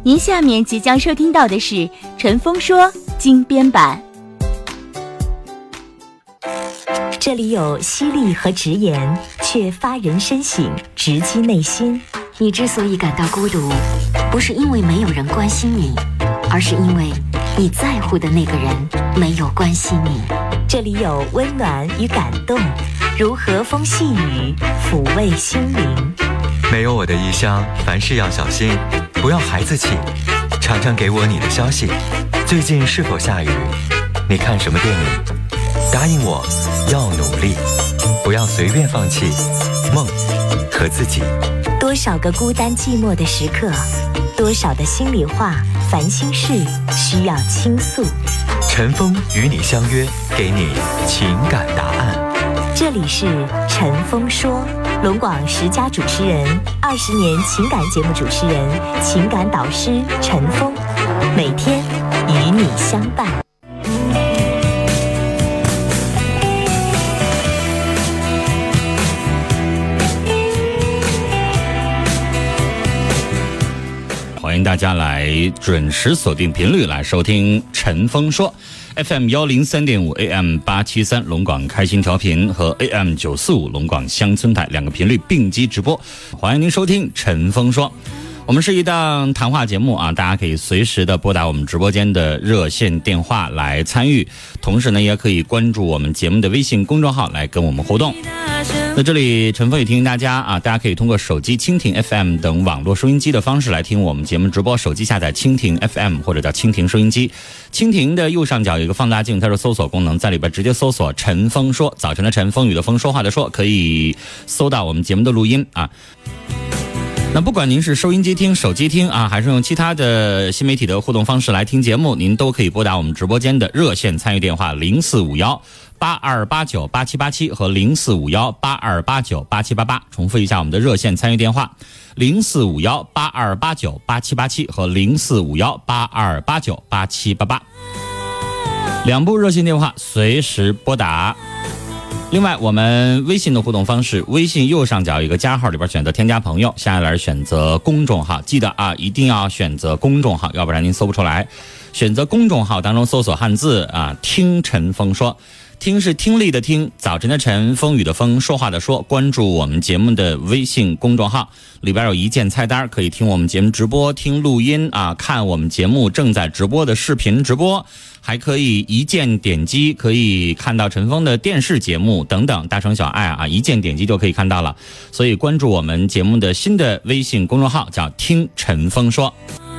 您下面即将收听到的是陈峰说精编版。 这里有犀利和直言，却发人深省，直击内心。 你之所以感到孤独，不是因为没有人关心你，而是因为你在乎的那个人没有关心你。 这里有温暖与感动，如和风细雨，抚慰心灵。 没有我的异乡，凡事要小心，不要孩子气。常常给我你的消息，最近是否下雨？你看什么电影？答应我，要努力，不要随便放弃梦和自己。 多少个孤单寂寞的时刻，多少的心里话、烦心事需要倾诉。 陈峰与你相约，给你情感答案。 这里是陈峰说，龙广10佳主持人，20年情感节目主持人，情感导师陈峰，每天与你相伴。 欢迎大家来准时锁定频率来收听陈峰说 FM 103.5 AM 873龙广开心调频和 AM 945龙广乡村台两个频率并机直播，欢迎您收听陈峰说。我们是一档谈话节目啊，大家可以随时的拨打我们直播间的热线电话来参与，同时呢也可以关注我们节目的微信公众号来跟我们互动。那这里陈峰也提醒大家啊，大家可以通过手机蜻蜓 FM 等网络收音机的方式来听我们节目直播，手机下载蜻蜓 FM 或者叫蜻蜓收音机，蜻蜓的右上角有一个放大镜，它是搜索功能，在里边直接搜索陈峰说，早晨的晨，风雨的风，说话的说，可以搜到我们节目的录音啊。那不管您是收音机听、手机听啊，还是用其他的新媒体的互动方式来听节目，您都可以拨打我们直播间的热线参与电话0451-8289-8787和0451-8289-8788，重复一下我们的热线参与电话0451-8289-8787和0451-8289-8788，两部热线电话随时拨打。另外我们微信的互动方式，微信右上角有一个加号，里边选择添加朋友，下来选择公众号，记得啊，一定要选择公众号，要不然您搜不出来。选择公众号当中搜索汉字啊，听陈峰说，听是听力的听，早晨的晨，风雨的风，说话的说。关注我们节目的微信公众号，里边有一键菜单，可以听我们节目直播，听录音啊，看我们节目正在直播的视频直播，还可以一键点击可以看到陈峰的电视节目等等，大城小爱啊，一键点击就可以看到了。所以关注我们节目的新的微信公众号，叫听陈峰说。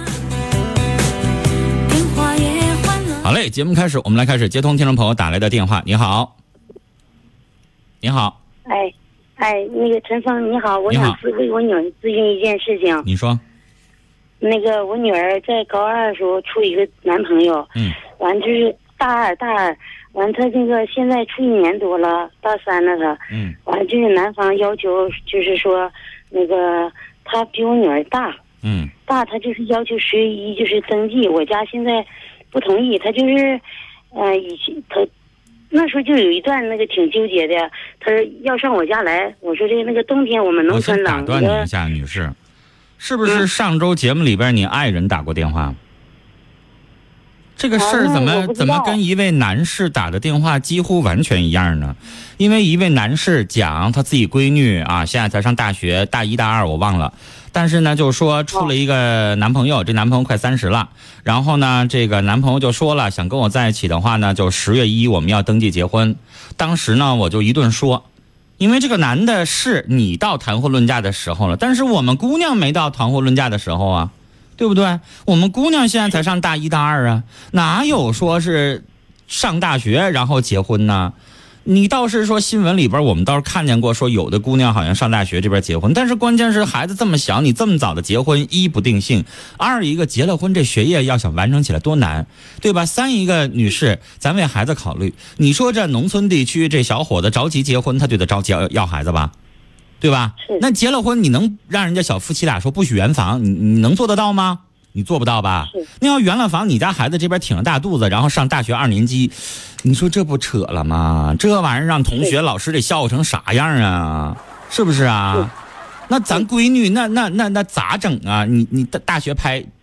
好嘞，节目开始，我们来开始接通听众朋友打来的电话。你好，你好。 那个陈峰你好，我想为我女儿咨询一件事情。 你说。 那个我女儿在高2的时候处一个男朋友，完就是大二，完他这个现在处1年多了，大3了他，完就是男方要求就是说那个他比我女儿大，大他就是要求11就是登记，我家现在不同意，他就是以前他那时候就有一段那个挺纠结的，他说要上我家来，我说这那个冬天我们农村冷。 我先打断你一下，女士，是不是上周节目里边你爱人打过电话？这个事儿怎么跟一位男士打的电话几乎完全一样呢？因为一位男士讲他自己闺女啊，现在才上大学，大1大2我忘了，但是呢就说处了一个男朋友，这男朋友快30了，然后呢这个男朋友就说了，想跟我在一起的话呢，就10月1我们要登记结婚。当时呢我就一顿说，因为这个男的是你到谈婚论嫁的时候了，但是我们姑娘没到谈婚论嫁的时候啊，对不对？我们姑娘现在才上大1大2啊，哪有说是上大学然后结婚呢？你倒是说新闻里边我们倒是看见过说有的姑娘好像上大学这边结婚，但是关键是孩子这么小，你这么早的结婚，一不定性，二一个结了婚这学业要想完成起来多难，对吧？三一个女士，咱为孩子考虑，你说这农村地区这小伙子着急结婚，他就得着急要孩子吧，对吧？那结了婚你能让人家小夫妻俩说不许圆房，你能做得到吗？你做不到吧？那要圆了房，你家孩子这边挺着大肚子，然后上大学2年级，你说这不扯了吗？这玩意儿让同学老师得笑话成啥样啊？是不是啊？那咱闺女那咋整啊？你大学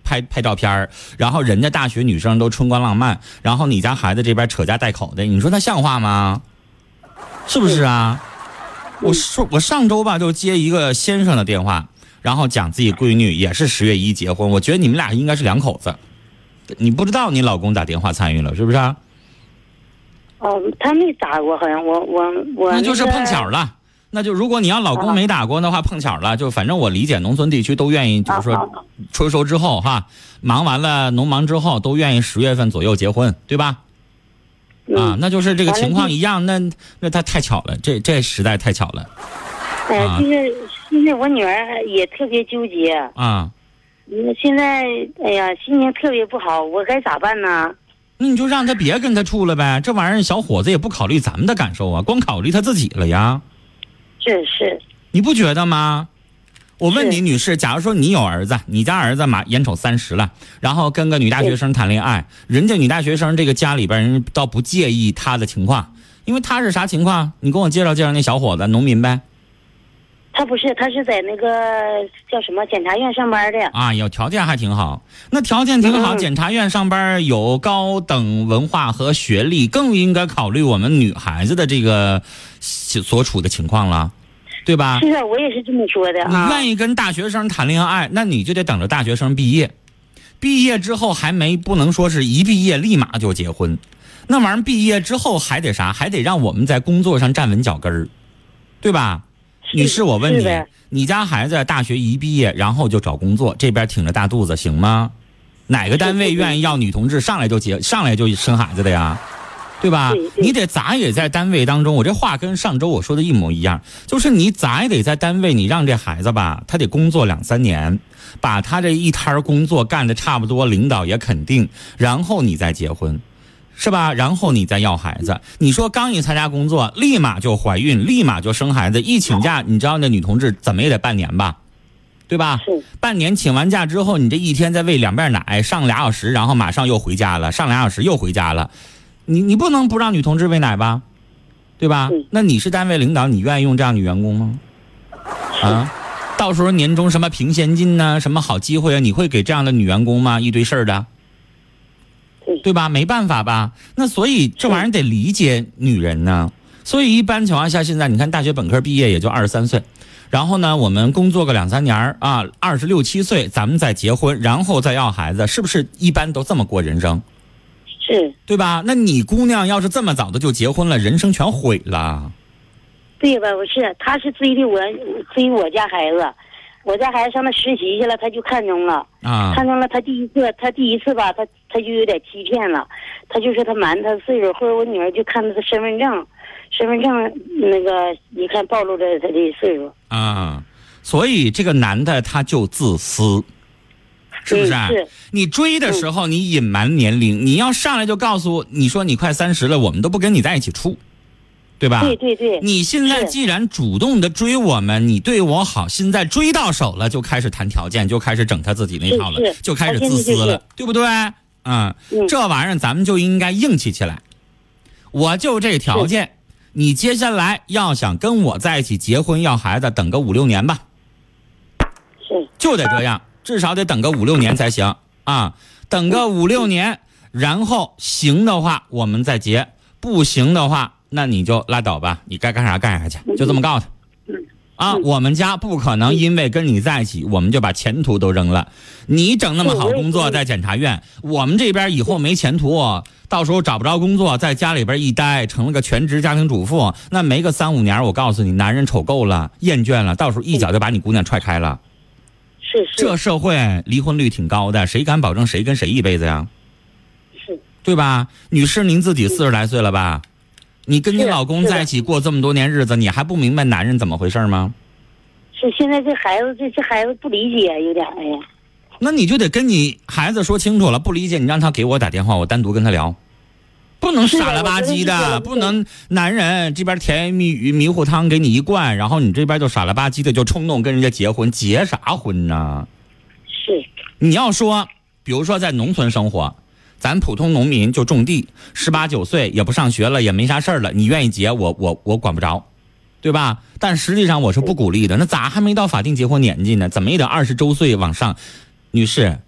拍照片，然后人家大学女生都春光浪漫，然后你家孩子这边扯家带口的，你说他像话吗？是不是啊？我上周吧就接一个先生的电话，然后讲自己闺女也是10月1结婚，我觉得你们俩应该是两口子。你不知道你老公打电话参与了是不是啊？ 他没打过，好像我那就是碰巧了。那就如果你要老公没打过的话，碰巧了。就反正我理解，农村地区都愿意，就是说春收之后哈，忙完了农忙之后都愿意10月份左右结婚，对吧？那就是这个情况一样。那他太巧了，这实在太巧了。 就是现在我女儿也特别纠结啊。现在哎呀，心情特别不好，我该咋办呢？ 那你就让他别跟他处了呗。这玩意儿小伙子也不考虑咱们的感受啊，光考虑他自己了呀。 是， 你不觉得吗？我问你，女士，假如说你有儿子，你家儿子眼瞅30了，然后跟个女大学生谈恋爱，人家女大学生这个家里边人倒不介意他的情况，因为他是啥情况？你给我介绍介绍那小伙子，农民呗。 他不是，他是在那个叫什么检察院上班的啊，有条件还挺好。那条件挺好，检察院上班，有高等文化和学历，更应该考虑我们女孩子的这个所处的情况了，对吧？ 是啊，我也是这么说的。 你愿意跟大学生谈恋爱，那你就得等着大学生毕业，毕业之后不能说是一毕业立马就结婚，那玩意儿毕业之后还得啥？还得让我们在工作上站稳脚跟儿，对吧？女士，我问你，你家孩子大学一毕业，然后就找工作，这边挺着大肚子，行吗？哪个单位愿意要女同志上来就生孩子的呀？对吧？你得咋也在单位当中，我这话跟上周我说的一模一样，就是你咋也得在单位，你让这孩子吧，他得工作2-3年，把他这一摊工作干得差不多，领导也肯定，然后你再结婚。是吧？然后你再要孩子，你说刚一参加工作，立马就怀孕，立马就生孩子，一请假，你知道那女同志怎么也得半年吧，对吧？半年请完假之后，你这一天再喂2杯奶，上2小时，然后马上又回家了，上2小时又回家了，你不能不让女同志喂奶吧，对吧？那你是单位领导，你愿意用这样女员工吗？到时候年终什么评先进呢，什么好机会啊，你会给这样的女员工吗？一堆事儿的。对吧？没办法吧？那所以这玩意儿得理解女人呢。所以一般情况下，现在你看大学本科毕业也就23岁，然后呢，我们工作个2-3年啊，26、27岁咱们再结婚，然后再要孩子，是不是一般都这么过人生？ 是， 对吧？那你姑娘要是这么早的就结婚了，人生全毁了。 对吧？不是，他是追我家孩子。我家孩子上那实习去了，他就看中了看中了。他第一次吧，他就有点欺骗了。他就说他瞒他岁数，后来我女儿就看他的身份证那个一看暴露着他的岁数所以这个男的他就自私，是不是？ 是。 你追的时候你隐瞒年龄，你要上来就告诉你说你快30了，我们都不跟你在一起处。对吧？ 对， 你现在既然主动的追我们，你对我好，现在追到手了，就开始谈条件，就开始整他自己那套了，就开始自私了，对不对？这玩意儿咱们就应该硬气起来。我就这条件，你接下来要想跟我在一起结婚要孩子，等个5-6年吧。就得这样，至少得等个5-6年才行等个5-6年，然后行的话我们再结，不行的话。那你就拉倒吧，你该干啥干啥去，就这么告诉他。我们家不可能因为跟你在一起，我们就把前途都扔了。你整那么好工作在检察院，我们这边以后没前途，到时候找不着工作，在家里边一待，成了个全职家庭主妇，那没个3-5年，我告诉你，男人瞅够了，厌倦了，到时候一脚就把你姑娘踹开了。 是。 这社会离婚率挺高的，谁敢保证谁跟谁一辈子呀？ 是。 对吧？女士，您自己40来岁了吧？你跟你老公在一起过这么多年日子，你还不明白男人怎么回事吗？ 是，现在这孩子不理解，有点那你就得跟你孩子说清楚了，不理解你让他给我打电话，我单独跟他聊。不能傻了吧唧的，不能男人这边甜言蜜语迷糊汤给你一灌，然后你这边就傻了吧唧的就冲动跟人家结婚，结啥婚呢？ 是。 你要说，比如说在农村生活。咱普通农民就种地，18、19岁也不上学了，也没啥事儿了，你愿意结我管不着，对吧？但实际上我是不鼓励的。那咋还没到法定结婚年纪呢？怎么也得20周岁往上。女士，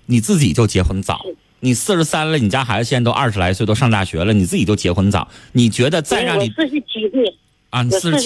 你自己就结婚早。你43了，你家孩子现在都20来岁，都上大学了，你自己就结婚早。你觉得再让你我47岁啊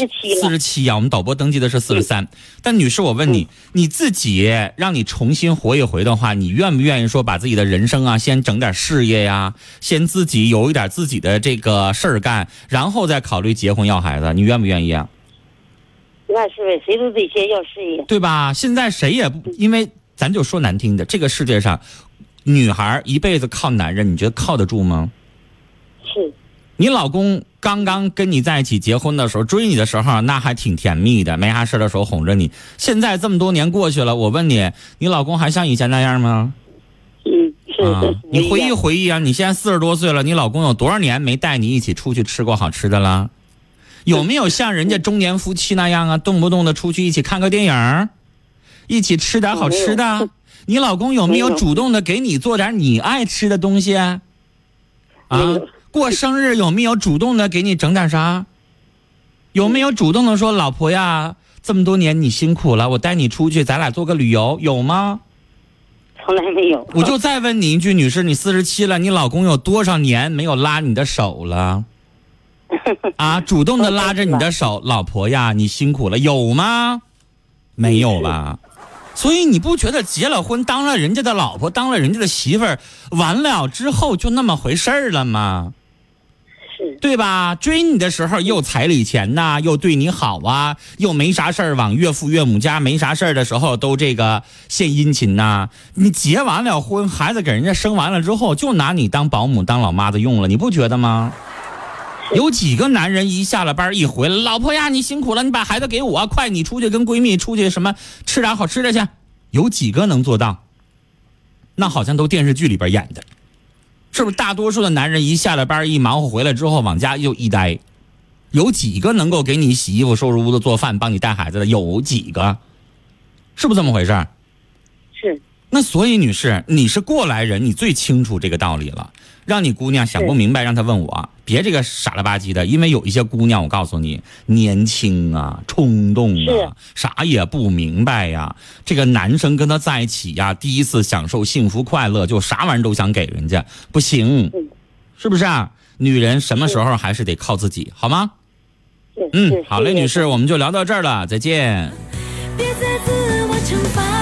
，47呀，我们导播登记的是43。但女士，我问你，你自己让你重新活一回的话，你愿不愿意说把自己的人生啊，先整点事业呀，先自己有一点自己的这个事儿干，然后再考虑结婚要孩子，你愿不愿意啊？ 那是呗，谁都得先要事业， 对吧？现在谁也不，因为咱就说难听的，这个世界上，女孩一辈子靠男人，你觉得靠得住吗？ 是。 你老公刚刚跟你在一起结婚的时候，追你的时候，那还挺甜蜜的，没啥事的时候哄着你。现在这么多年过去了，我问你，你老公还像以前那样吗？ 是。 你回忆回忆啊，你现在40多岁了，你老公有多少年没带你一起出去吃过好吃的了？有没有像人家中年夫妻那样啊，动不动的出去一起看个电影，一起吃点好吃的？你老公有没有主动的给你做点你爱吃的东西啊？过生日有没有主动的给你整点啥？有没有主动的说老婆呀，这么多年你辛苦了，我带你出去，咱俩做个旅游，有吗？ 从来没有。 我就再问你一句，女士，你47了，你老公有多少年没有拉你的手了？啊，主动的拉着你的手，老婆呀，你辛苦了，有吗？没有吧？所以你不觉得结了婚，当了人家的老婆，当了人家的媳妇儿，完了之后就那么回事儿了吗？ 是， 对吧？追你的时候又彩礼钱呐，又对你好啊，又没啥事儿往岳父岳母家没啥事儿的时候都这个献殷勤呐。你结完了婚，孩子给人家生完了之后，就拿你当保姆当老妈子用了，你不觉得吗？有几个男人一下了班一回来，老婆呀，你辛苦了，你把孩子给我，快你出去跟闺蜜出去什么吃点好吃的去，有几个能做到？那好像都电视剧里边演的，是不是？大多数的男人一下了班一忙活回来之后往家就一待，有几个能够给你洗衣服收拾屋子做饭帮你带孩子的？有几个？是不是这么回事？ 是。 那所以女士，你是过来人，你最清楚这个道理了。让你姑娘想不明白，让她问我，别这个傻了吧唧的。因为有一些姑娘，我告诉你，年轻啊，冲动啊，啥也不明白呀。这个男生跟她在一起呀，第一次享受幸福快乐，就啥玩意儿都想给人家，不行，是不是啊？女人什么时候还是得靠自己，好吗？好嘞，女士，我们就聊到这儿了，再见。别再自我惩罚。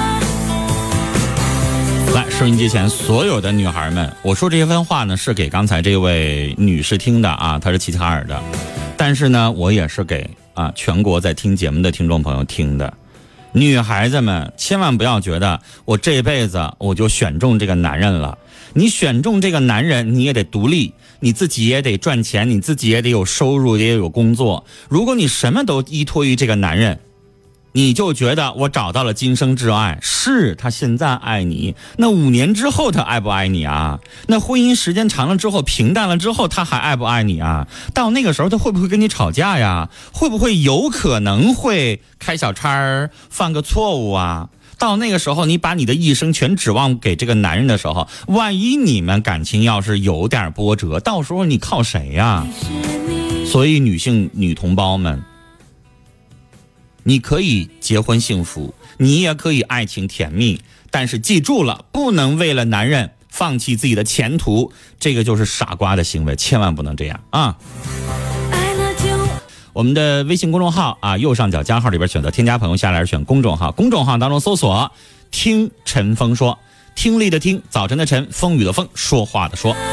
来，收音机前所有的女孩们，我说这些番话呢，是给刚才这位女士听的啊，她是齐齐哈尔的，但是呢，我也是给全国在听节目的听众朋友听的。女孩子们千万不要觉得我这辈子我就选中这个男人了，你选中这个男人，你也得独立，你自己也得赚钱，你自己也得有收入，也有工作。如果你什么都依托于这个男人，你就觉得我找到了今生挚爱，是他现在爱你，那5年之后他爱不爱你啊？那婚姻时间长了之后，平淡了之后，他还爱不爱你啊？到那个时候他会不会跟你吵架呀？会不会有可能会开小差犯个错误啊？到那个时候你把你的一生全指望给这个男人的时候，万一你们感情要是有点波折，到时候你靠谁呀？所以女同胞们，你可以结婚幸福，你也可以爱情甜蜜，但是记住了，不能为了男人放弃自己的前途，这个就是傻瓜的行为，千万不能这样啊！我们的微信公众号右上角加号里边选择添加朋友，下来选公众号，公众号当中搜索听陈峰说，听力的听，早晨的晨，风雨的风，说话的说。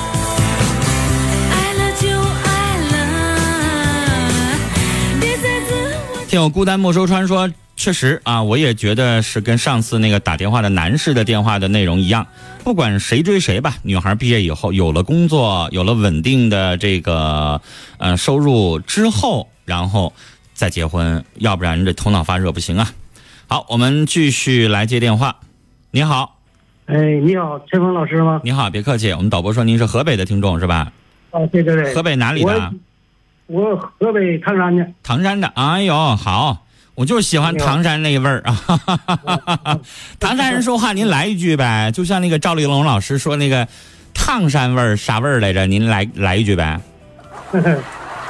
听友孤单莫收川说，确实我也觉得是跟上次那个打电话的男士的电话的内容一样，不管谁追谁吧，女孩毕业以后有了工作，有了稳定的这个收入之后，然后再结婚，要不然这头脑发热不行啊。好，我们继续来接电话。你好。 你好，陈峰老师吗？ 你好，别客气，我们导播说您是河北的听众是吧？ 对对对。 河北哪里的？ 我河北唐山的。 唐山的，哎呦，好，我就喜欢唐山那一味儿啊。唐山人说话您来一句呗，就像那个赵丽蓉老师说那个唐山味儿啥味儿来着，您来一句呗。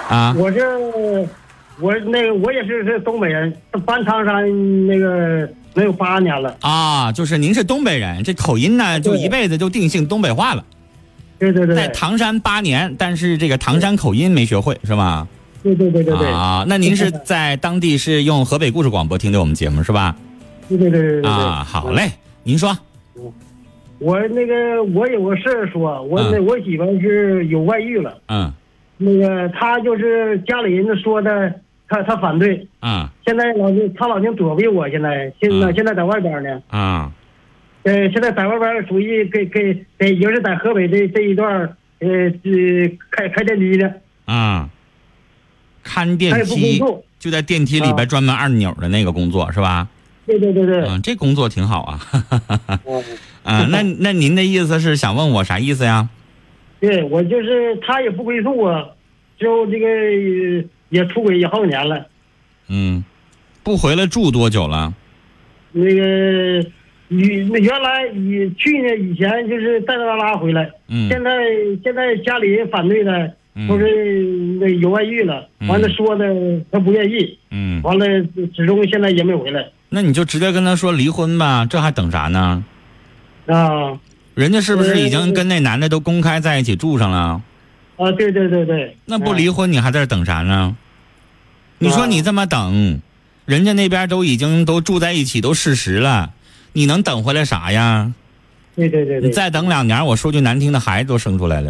我也是东北人，搬唐山那个能有8年了。 啊，就是您是东北人，这口音呢就一辈子就定性东北话了。 对对对。 在唐山8年，但是这个唐山口音没学会是吧？ 对对对对对。 啊，那您是在当地是用河北故事广播听的我们节目是吧？ 对对对对对。 啊，好嘞，您说。 我有个事儿说，我媳妇是有外遇了。她就是家里人说的，她反对。现在她老娘躲避我，现在在外边呢。现在在外边属于给也是在河北这一段开电梯的。 看电梯就在电梯里边专门按钮的那个工作是吧？ 对对对对。 这工作挺好啊。那您的意思是想问我啥意思呀？ 对，我就是他也不归宿啊，就这个也出轨也好几年了。 不回来住多久了？ 那个原来以前就是带带拉拉回来。现在家里人反对的，说是有外遇了，完了说的他不愿意。完了始终现在也没回来。 那你就直接跟他说离婚吧，这还等啥呢？人家是不是已经跟那男的都公开在一起住上了？ 对对对对。 那不离婚你还在这等啥呢？你说你这么等，人家那边都已经都住在一起，都事实了，你能等回来啥呀？ 对对对对。 你再等2年，我说句难听的，孩子都生出来了。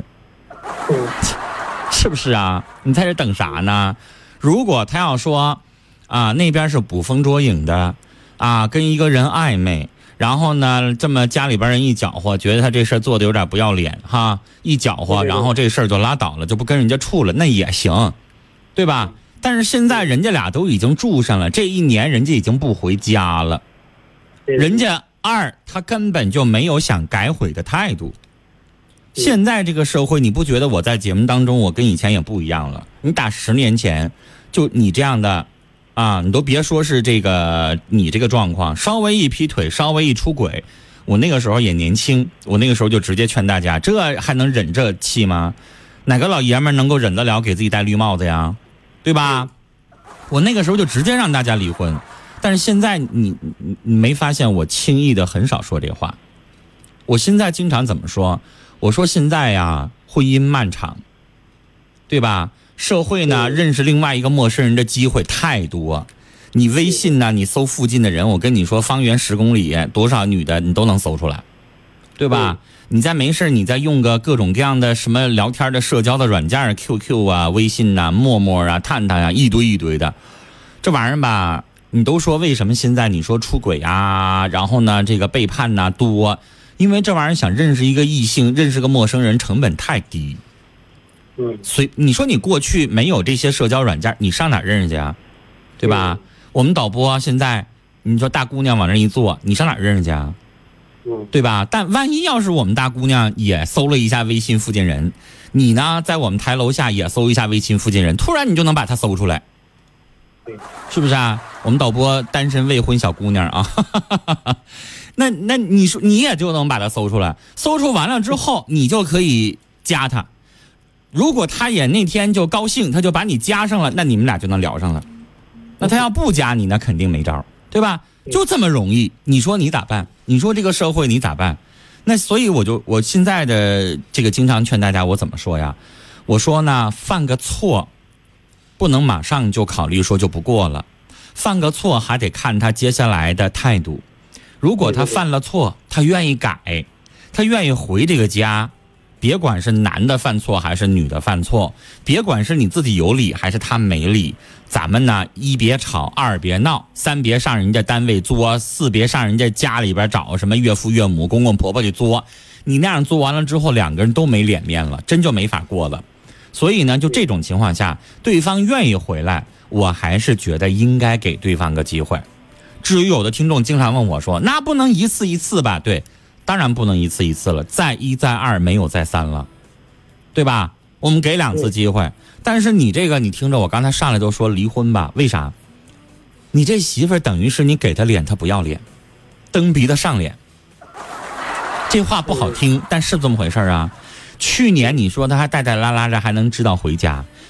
是不是啊？你在这等啥呢？如果他要说那边是捕风捉影的跟一个人暧昧，然后呢这么家里边人一搅和，觉得他这事儿做的有点不要脸一搅和，然后这事儿就拉倒了，就不跟人家处了，那也行，对吧？但是现在人家俩都已经住上了，这1年人家已经不回家了，人家他根本就没有想改悔的态度。现在这个社会，你不觉得我在节目当中我跟以前也不一样了？你打10年前就你这样的你都别说是你这个状况，稍微一劈腿，稍微一出轨，我那个时候也年轻，我那个时候就直接劝大家，这还能忍这气吗？哪个老爷们能够忍得了给自己戴绿帽子呀？对吧？我那个时候就直接让大家离婚。但是现在你没发现我轻易的很少说这话？我现在经常怎么说？我说现在呀，婚姻漫长，对吧？社会呢，认识另外一个陌生人的机会太多。你微信呢，你搜附近的人，我跟你说，方圆10公里多少女的你都能搜出来，对吧？你再没事你再用个各种各样的什么聊天的社交的软件 QQ 啊、微信啊、陌陌啊、探探啊，一堆的。这玩意儿吧，你都说为什么现在你说出轨啊，然后呢这个背叛啊多？因为这玩意儿想认识一个异性，认识个陌生人成本太低。所以你说你过去没有这些社交软件，你上哪认识去啊？对吧？我们导播现在你说大姑娘往那一坐，你上哪认识去啊？对吧？但万一要是我们大姑娘也搜了一下微信附近人，你呢在我们台楼下也搜一下微信附近人，突然你就能把他搜出来，是不是啊？我们导播单身未婚小姑娘啊，那你说你也就能把他搜出来，搜出完了之后你就可以加他。如果他也那天就高兴，他就把你加上了，那你们俩就能聊上了。那他要不加你，那肯定没招，对吧？就这么容易，你说你咋办？你说这个社会你咋办？那所以我现在的这个经常劝大家，我怎么说呀？我说呢，犯个错不能马上就考虑说就不过了，犯个错还得看他接下来的态度。如果他犯了错，他愿意改，他愿意回这个家，别管是男的犯错还是女的犯错，别管是你自己有理还是他没理，咱们呢1别吵，2别闹，3别上人家单位作，4别上人家家里边找什么岳父岳母公公婆婆去作。你那样做完了之后，2个人都没脸面了，真就没法过了。所以呢，就这种情况下，对方愿意回来，我还是觉得应该给对方个机会。至于有的听众经常问我说，那不能一次一次吧？对，当然不能一次一次了，再1再2没有再3了，对吧？我们给2次机会。但是你这个，你听着，我刚才上来都说离婚吧，为啥？你这媳妇儿等于是你给她脸，她不要脸，蹬鼻子上脸。这话不好听，但是这么回事啊。去年你说他还带带拉拉着还能知道回家，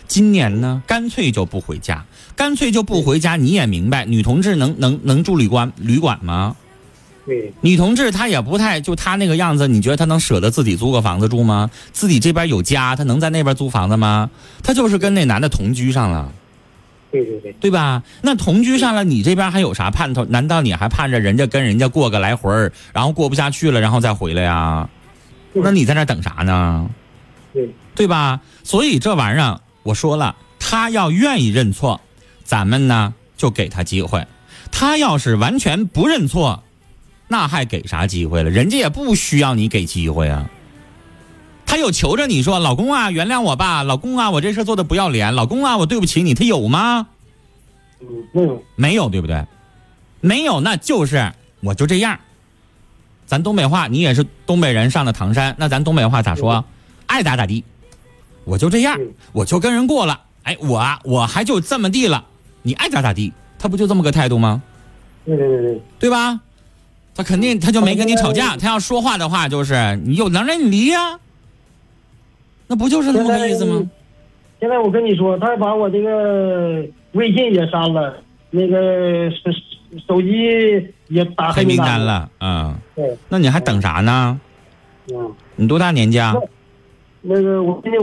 今年呢，干脆就不回家，干脆就不回家。你也明白，女同志能住旅馆吗？ 对， 女同志她也不太就她那个样子，你觉得她能舍得自己租个房子住吗？自己这边有家，她能在那边租房子吗？她就是跟那男的同居上了。 对吧？那同居上了，你这边还有啥盼头？难道你还盼着人家跟人家过个来回儿，然后过不下去了，然后再回来呀？那你在那等啥呢？对吧？所以这玩意儿我说了，他要愿意认错，咱们呢就给他机会。他要是完全不认错，那还给啥机会了？人家也不需要你给机会啊。他有求着你说，老公啊，原谅我吧，老公啊，我这事做的不要脸，老公啊，我对不起你，他有吗？没有，对不对？没有，那就是我就这样。咱东北话，你也是东北人，上了唐山，那咱东北话咋说？爱咋咋地，我就这样，我就跟人过了。哎，我还就这么地了，你爱咋咋地，他不就这么个态度吗？对吧？他肯定他就没跟你吵架，他要说话的话就是你有能耐你离呀，那不就是那么个意思吗？ 现在我跟你说，他把我这个微信也删了，那个手机也打黑名单了。嗯， 对。 那你还等啥呢？你多大年纪啊？ 那个我今年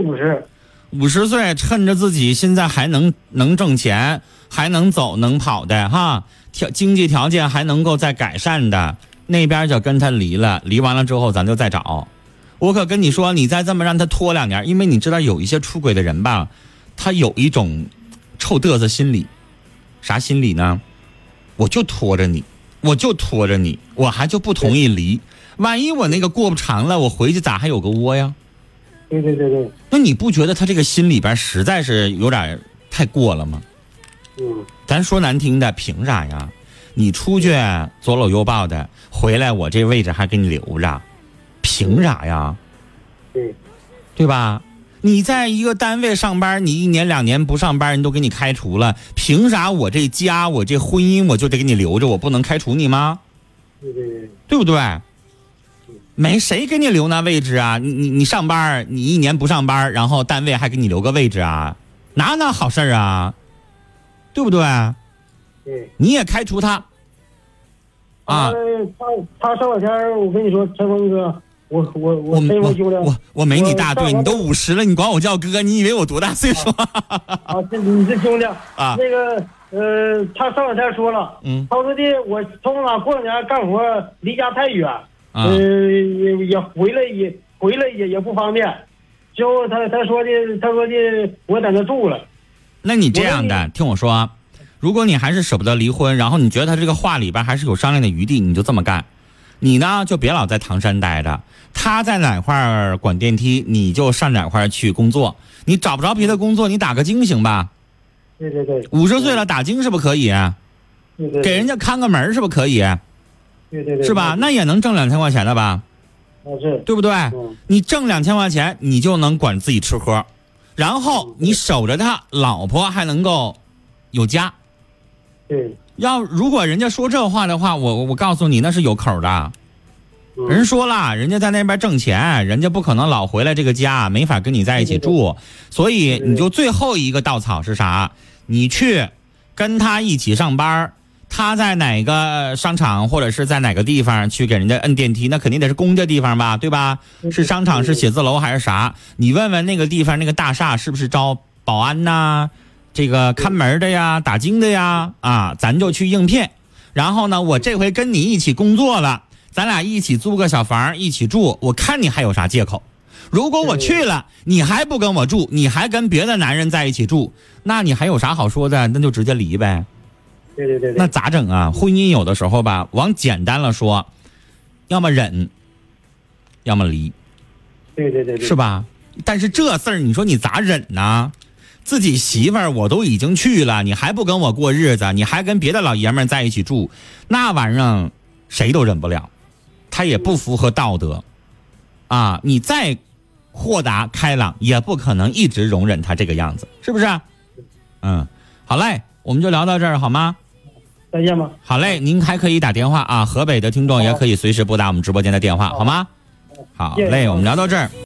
50岁，趁着自己现在还能挣钱，还能走能跑的哈，经济条件还能够再改善的，那边就跟他离了，离完了之后咱就再找。我可跟你说，你再这么让他拖2年，因为你知道有一些出轨的人吧，他有一种臭嘚瑟心理。啥心理呢？我就拖着你，我还就不同意离。万一我那个过不长了，我回去咋还有个窝呀？ 对。 那你不觉得他这个心里边实在是有点太过了吗？咱说难听的，凭啥呀？你出去左搂右抱的，回来我这位置还给你留着，凭啥呀？对吧？你在一个单位上班，你1年2年不上班，人都给你开除了，凭啥我这家我这婚姻我就得给你留着，我不能开除你吗？对不对？没谁给你留那位置啊！你上班，你1年不上班，然后单位还给你留个位置啊？哪那好事啊？对不对？你也开除他啊？ 他上2天，我跟你说，陈峰哥。我没你大队，你都50了，你管我叫哥，你以为我多大岁数你是兄弟啊？那个他上2天说了，他说的我从哪过2年干活离家太远，也回来也不方便。最后他说的我在那住了。 那你这样的，听我说，如果你还是舍不得离婚，然后你觉得他这个话里边还是有商量的余地，你就这么干。你呢就别老在唐山待着，他在哪块管电梯，你就上哪块去工作。你找不着别的工作，你打个精行吧。 对。 50岁了打精是不是可以？给人家看个门是不是可以？ 对。 是吧？那也能挣2000块钱的吧？对不对？你挣2000块钱，你就能管自己吃喝，然后你守着他老婆还能够有家。 对。 如果人家说这话的话，我告诉你那是有口的。人说了，人家在那边挣钱，人家不可能老回来这个家，没法跟你在一起住，所以你就最后一个稻草是啥？你去跟他一起上班，他在哪个商场或者是在哪个地方去给人家摁电梯，那肯定得是公家地方吧，对吧？是商场是写字楼还是啥？你问问那个地方那个大厦是不是招保安呐？这个看门的呀，打更的呀，咱就去应聘。然后呢，我这回跟你一起工作了，咱俩一起租个小房一起住，我看你还有啥借口。如果我去了，你还不跟我住，你还跟别的男人在一起住，那你还有啥好说的？那就直接离呗。 对。 那咋整啊？婚姻有的时候吧，往简单了说，要么忍，要么离。 对。 是吧？但是这事儿你说你咋忍呢？自己媳妇儿我都已经去了，你还不跟我过日子，你还跟别的老爷们在一起住，那玩意儿谁都忍不了，他也不符合道德你再豁达开朗也不可能一直容忍他这个样子，是不是？好嘞，我们就聊到这儿好吗？ 再见吧。 好嘞，您还可以打电话河北的听众也可以随时拨打我们直播间的电话，好吗？好嘞，我们聊到这儿。